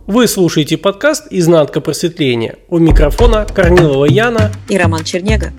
Вы слушаете подкаст «Изнанка просветления». У микрофона Корнилова Яна и Роман Чернега.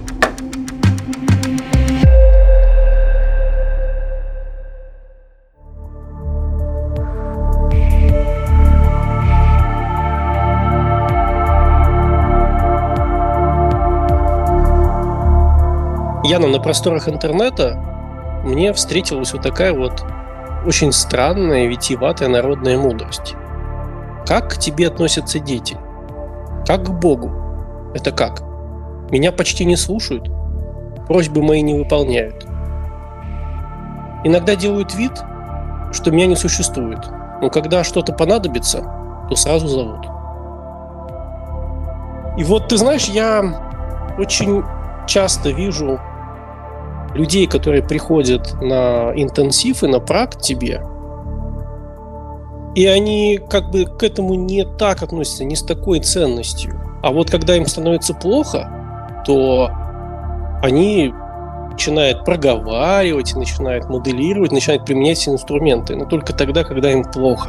Яна, на просторах интернета мне встретилась вот такая вот очень странная, витиеватая народная мудрость. Как к тебе относятся дети? Как к Богу? Это как? Меня почти не слушают, просьбы мои не выполняют. Иногда делают вид, что меня не существует, но когда что-то понадобится, то сразу зовут. И вот ты знаешь, я очень часто вижу людей, которые приходят на интенсив и на прак к тебе, и они как бы к этому не так относятся, не с такой ценностью. А вот когда им становится плохо, то они начинают проговаривать, начинают моделировать, начинают применять все инструменты, но только тогда, когда им плохо.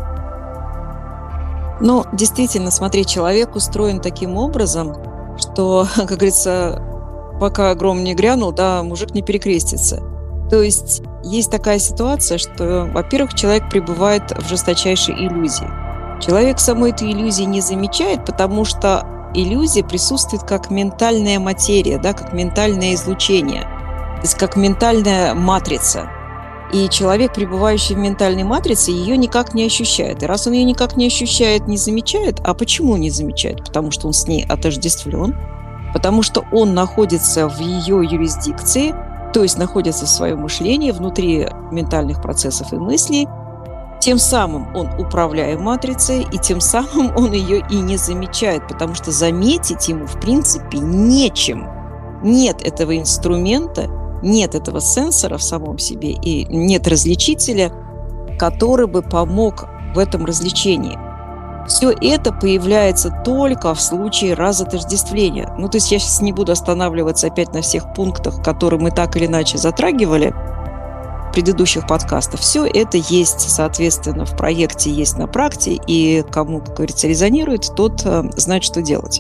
Ну, действительно, смотри, человек устроен таким образом, что, как говорится, пока гром не грянул, да, мужик не перекрестится. То есть такая ситуация, что, во-первых, человек пребывает в жесточайшей иллюзии. Человек самой этой иллюзии не замечает, потому что иллюзия присутствует как ментальная материя, да, как ментальное излучение, то есть как ментальная матрица. И человек, пребывающий в ментальной матрице, ее никак не ощущает. И раз он ее никак не ощущает, не замечает, а почему не замечает? Потому что он с ней отождествлен, потому что он находится в ее юрисдикции, то есть находится в своем мышлении, внутри ментальных процессов и мыслей. Тем самым он управляет матрицей, и тем самым он ее и не замечает, потому что заметить ему, в принципе, нечем. Нет этого инструмента, нет этого сенсора в самом себе, и нет различителя, который бы помог в этом различении. Все это появляется только в случае разотождествления. Ну, то есть я сейчас не буду останавливаться опять на всех пунктах, которые мы так или иначе затрагивали в предыдущих подкастах. Все это есть, соответственно, в проекте, есть на практе, и кому, как говорится, резонирует, тот знает, что делать.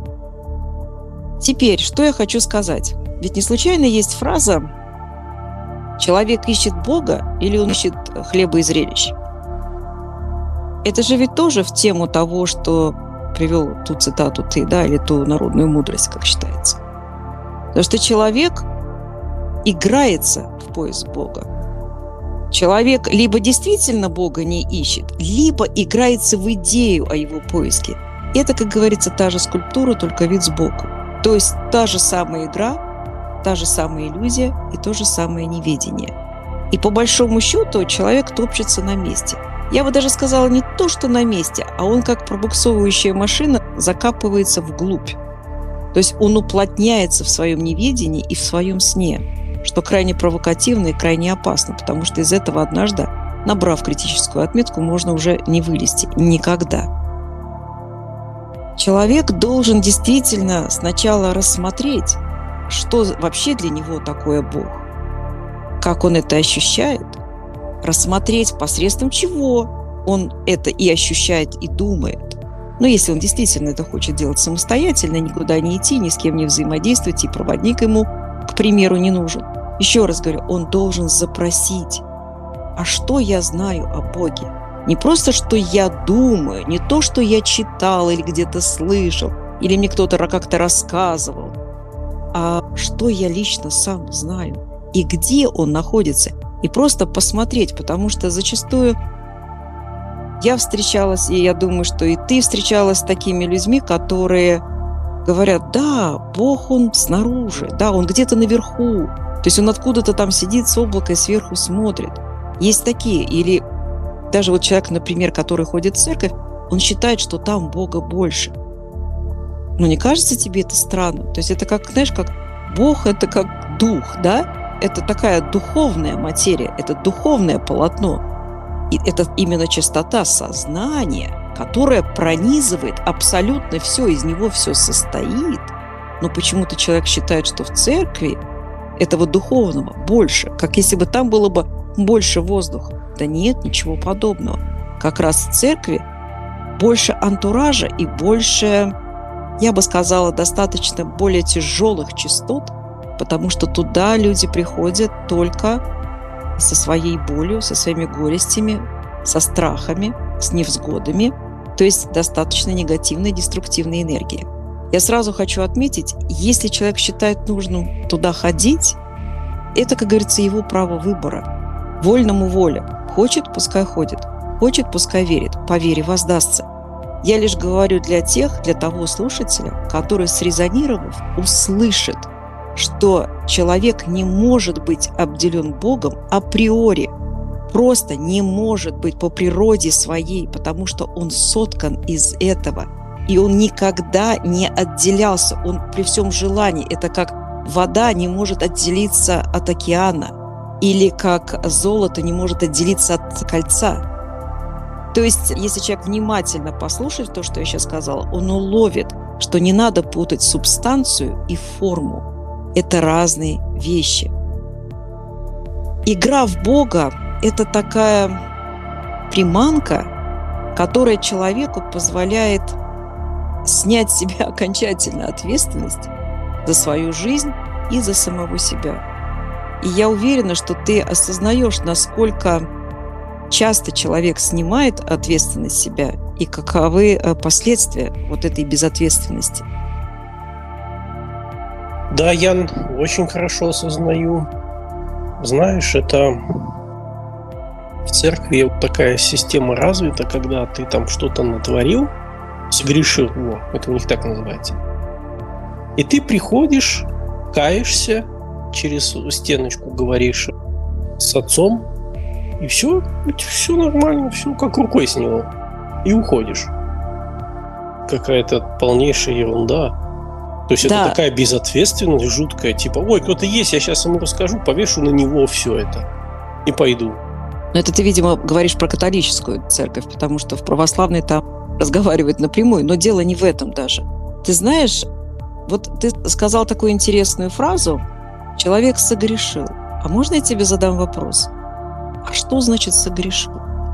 Теперь, что я хочу сказать? Ведь не случайно есть фраза «человек ищет Бога или он ищет хлеба и зрелищ». Это же ведь тоже в тему того, что привел ту цитату ты, да, или ту народную мудрость, как считается. Потому что человек играется в поиск Бога. Человек либо действительно Бога не ищет, либо играется в идею о его поиске. Это, как говорится, та же скульптура, только вид сбоку. То есть та же самая игра, та же самая иллюзия и то же самое неведение. И по большому счету человек топчется на месте. Я бы даже сказала не то, что на месте, а он как пробуксовывающая машина закапывается вглубь. То есть он уплотняется в своем неведении и в своем сне, что крайне провокативно и крайне опасно, потому что из этого однажды, набрав критическую отметку, можно уже не вылезти никогда. Человек должен действительно сначала рассмотреть, что вообще для него такое Бог, как он это ощущает, рассмотреть, посредством чего он это и ощущает, и думает. Но если он действительно это хочет делать самостоятельно, никуда не идти, ни с кем не взаимодействовать, и проводник ему, к примеру, не нужен. Еще раз говорю, он должен запросить, а что я знаю о Боге? Не просто, что я думаю, не то, что я читал или где-то слышал, или мне кто-то как-то рассказывал, а что я лично сам знаю, и где он находится. И просто посмотреть, потому что зачастую я встречалась, и я думаю, что и ты встречалась с такими людьми, которые говорят, да, Бог, он снаружи, да, он где-то наверху, то есть он откуда-то там сидит с облака и сверху смотрит. Есть такие, или даже вот человек, например, который ходит в церковь, он считает, что там Бога больше. Но не кажется тебе это странно? То есть это как, знаешь, как Бог, это как дух, да? Это такая духовная материя, это духовное полотно. И это именно чистота сознания, которая пронизывает абсолютно все, из него все состоит. Но почему-то человек считает, что в церкви этого духовного больше, как если бы там было бы больше воздуха. Да нет, ничего подобного. Как раз в церкви больше антуража и больше, я бы сказала, достаточно более тяжелых частот, потому что туда люди приходят только со своей болью, со своими горестями, со страхами, с невзгодами, то есть достаточно негативной, деструктивной энергии. Я сразу хочу отметить, если человек считает нужным туда ходить, это, как говорится, его право выбора. Вольному воля. Хочет, пускай ходит. Хочет, пускай верит. По вере воздастся. Я лишь говорю для того слушателя, который, срезонировав, услышит, что человек не может быть обделен Богом априори, просто не может быть по природе своей, потому что он соткан из этого, и он никогда не отделялся, он при всем желании, это как вода не может отделиться от океана, или как золото не может отделиться от кольца. То есть, если человек внимательно послушает то, что я сейчас сказала, он уловит, что не надо путать субстанцию и форму. Это разные вещи. Игра в Бога – это такая приманка, которая человеку позволяет снять с себя окончательно ответственность за свою жизнь и за самого себя. И я уверена, что ты осознаешь, насколько часто человек снимает ответственность с себя и каковы последствия вот этой безответственности. Да, Ян, очень хорошо осознаю. Знаешь, это в церкви вот такая система развита, когда ты там что-то натворил, согрешил, это у них так называется. И ты приходишь, каешься, через стеночку говоришь с отцом, и все нормально, все как рукой сняло. И уходишь. Какая-то полнейшая ерунда. То есть это такая безответственность жуткая, типа, ой, кто-то есть, я сейчас ему расскажу, повешу на него все это и пойду. Но это ты, видимо, говоришь про католическую церковь, потому что в православной там разговаривают напрямую, но дело не в этом даже. Ты знаешь, вот ты сказал такую интересную фразу «человек согрешил». А можно я тебе задам вопрос? А что значит согрешил?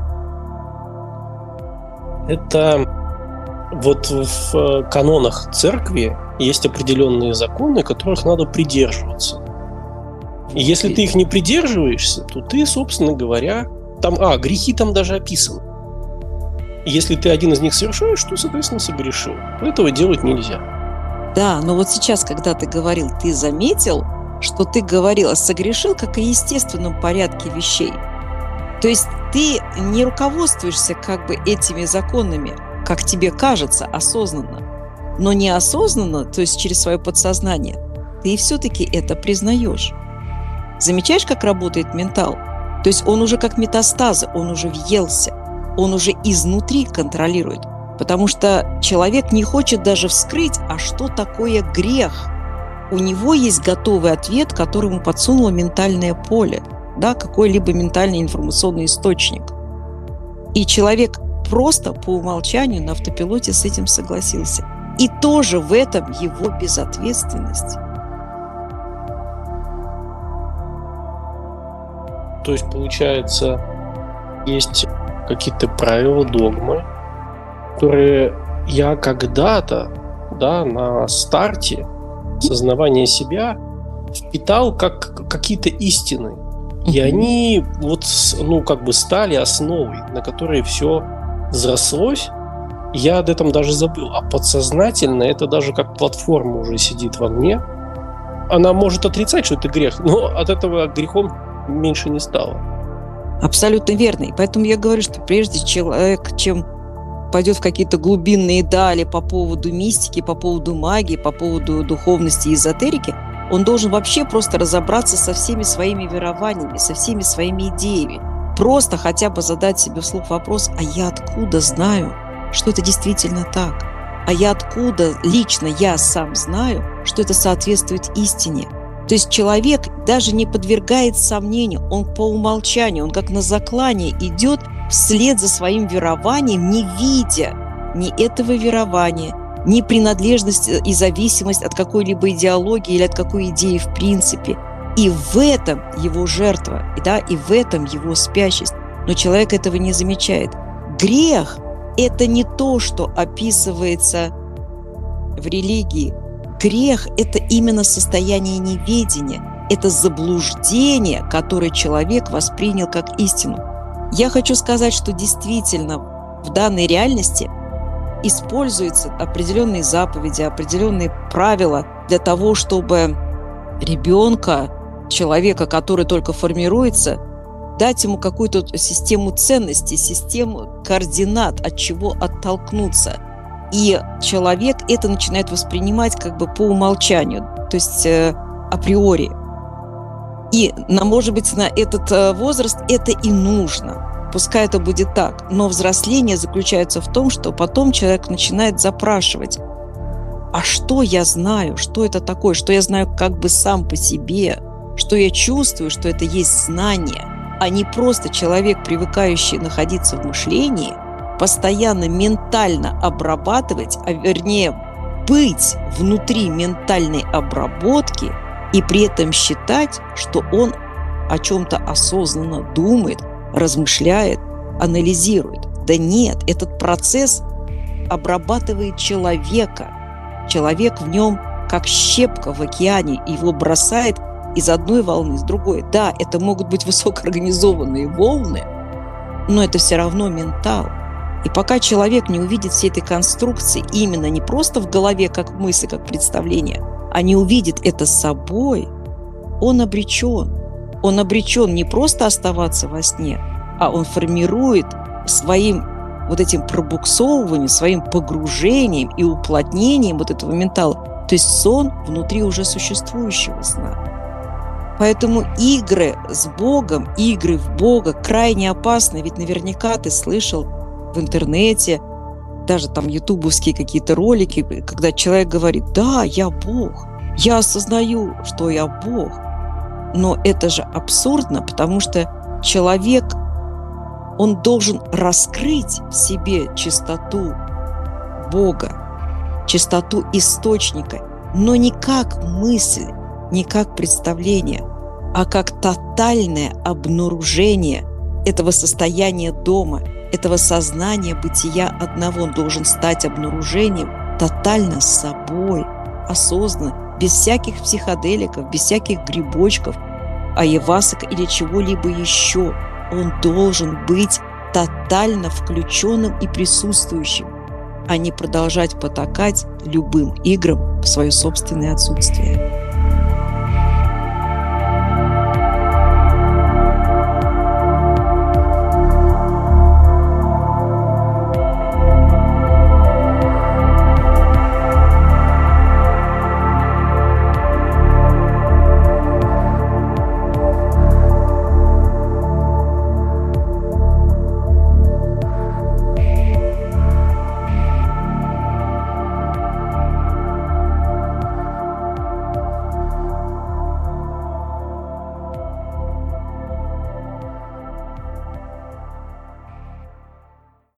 Это вот в канонах церкви есть определенные законы, которых надо придерживаться. И если ты их не придерживаешься, то ты, собственно говоря, там, грехи там даже описаны. Если ты один из них совершаешь, то, соответственно, согрешил. Этого делать нельзя. Да, но вот сейчас, когда ты говорил, ты заметил, что ты говорила согрешил как о естественном порядке вещей. То есть ты не руководствуешься как бы этими законами, как тебе кажется, осознанно. Но неосознанно, то есть через свое подсознание, ты все-таки это признаешь. Замечаешь, как работает ментал? То есть он уже как метастазы, он уже въелся, он уже изнутри контролирует. Потому что человек не хочет даже вскрыть, а что такое грех. У него есть готовый ответ, который ему подсунуло ментальное поле, да, какой-либо ментальный информационный источник. И человек просто по умолчанию на автопилоте с этим согласился. И тоже в этом его безответственность. То есть, получается, есть какие-то правила, догмы, которые я когда-то, на старте сознавания себя впитал как какие-то истины. И они стали основой, на которой все взрослось. Я об этом даже забыл. А подсознательно это даже как платформа уже сидит во мне. Она может отрицать, что это грех, но от этого грехом меньше не стало. Абсолютно верно. И поэтому я говорю, что прежде человек, чем пойдет в какие-то глубинные дали по поводу мистики, по поводу магии, по поводу духовности и эзотерики, он должен вообще просто разобраться со всеми своими верованиями, со всеми своими идеями. Просто хотя бы задать себе вслух вопрос: а я откуда знаю, что это действительно так? А я откуда лично я сам знаю, что это соответствует истине? То есть человек даже не подвергает сомнению, он по умолчанию, он как на заклание идет вслед за своим верованием, не видя ни этого верования, ни принадлежность и зависимость от какой-либо идеологии или от какой идеи в принципе. И в этом его жертва, и в этом его спящесть. Но человек этого не замечает. Грех Это не то, что описывается в религии. Грех – это именно состояние неведения, это заблуждение, которое человек воспринял как истину. Я хочу сказать, что действительно в данной реальности используются определенные заповеди, определенные правила для того, чтобы ребенка, человека, который только формируется, дать ему какую-то систему ценностей, систему координат, от чего оттолкнуться. И человек это начинает воспринимать как бы по умолчанию, то есть априори. И, может быть, на этот возраст это и нужно. Пускай это будет так. Но взросление заключается в том, что потом человек начинает запрашивать: а что я знаю, что это такое, что я знаю как бы сам по себе, что я чувствую, что это есть знание, а не просто человек, привыкающий находиться в мышлении, постоянно ментально обрабатывать, а вернее быть внутри ментальной обработки и при этом считать, что он о чем-то осознанно думает, размышляет, анализирует. Да нет, этот процесс обрабатывает человека. Человек в нем как щепка в океане, его бросает из одной волны с другой. Да, это могут быть высокоорганизованные волны, но это все равно ментал. И пока человек не увидит всей этой конструкции именно не просто в голове, как мысль, как представление, а не увидит это с собой, он обречен. Он обречен не просто оставаться во сне, а он формирует своим вот этим пробуксовыванием, своим погружением и уплотнением вот этого ментала. То есть сон внутри уже существующего сна. Поэтому игры с Богом, игры в Бога крайне опасны. Ведь наверняка ты слышал в интернете, даже там ютубовские какие-то ролики, когда человек говорит: да, я Бог, я осознаю, что я Бог. Но это же абсурдно, потому что человек, он должен раскрыть в себе чистоту Бога, чистоту источника, но не как мысль, не как представление, а как тотальное обнаружение этого состояния дома, этого сознания бытия одного. Он должен стать обнаружением тотально с собой, осознанно, без всяких психоделиков, без всяких грибочков, аявасок или чего-либо еще. Он должен быть тотально включенным и присутствующим, а не продолжать потакать любым играм в свое собственное отсутствие.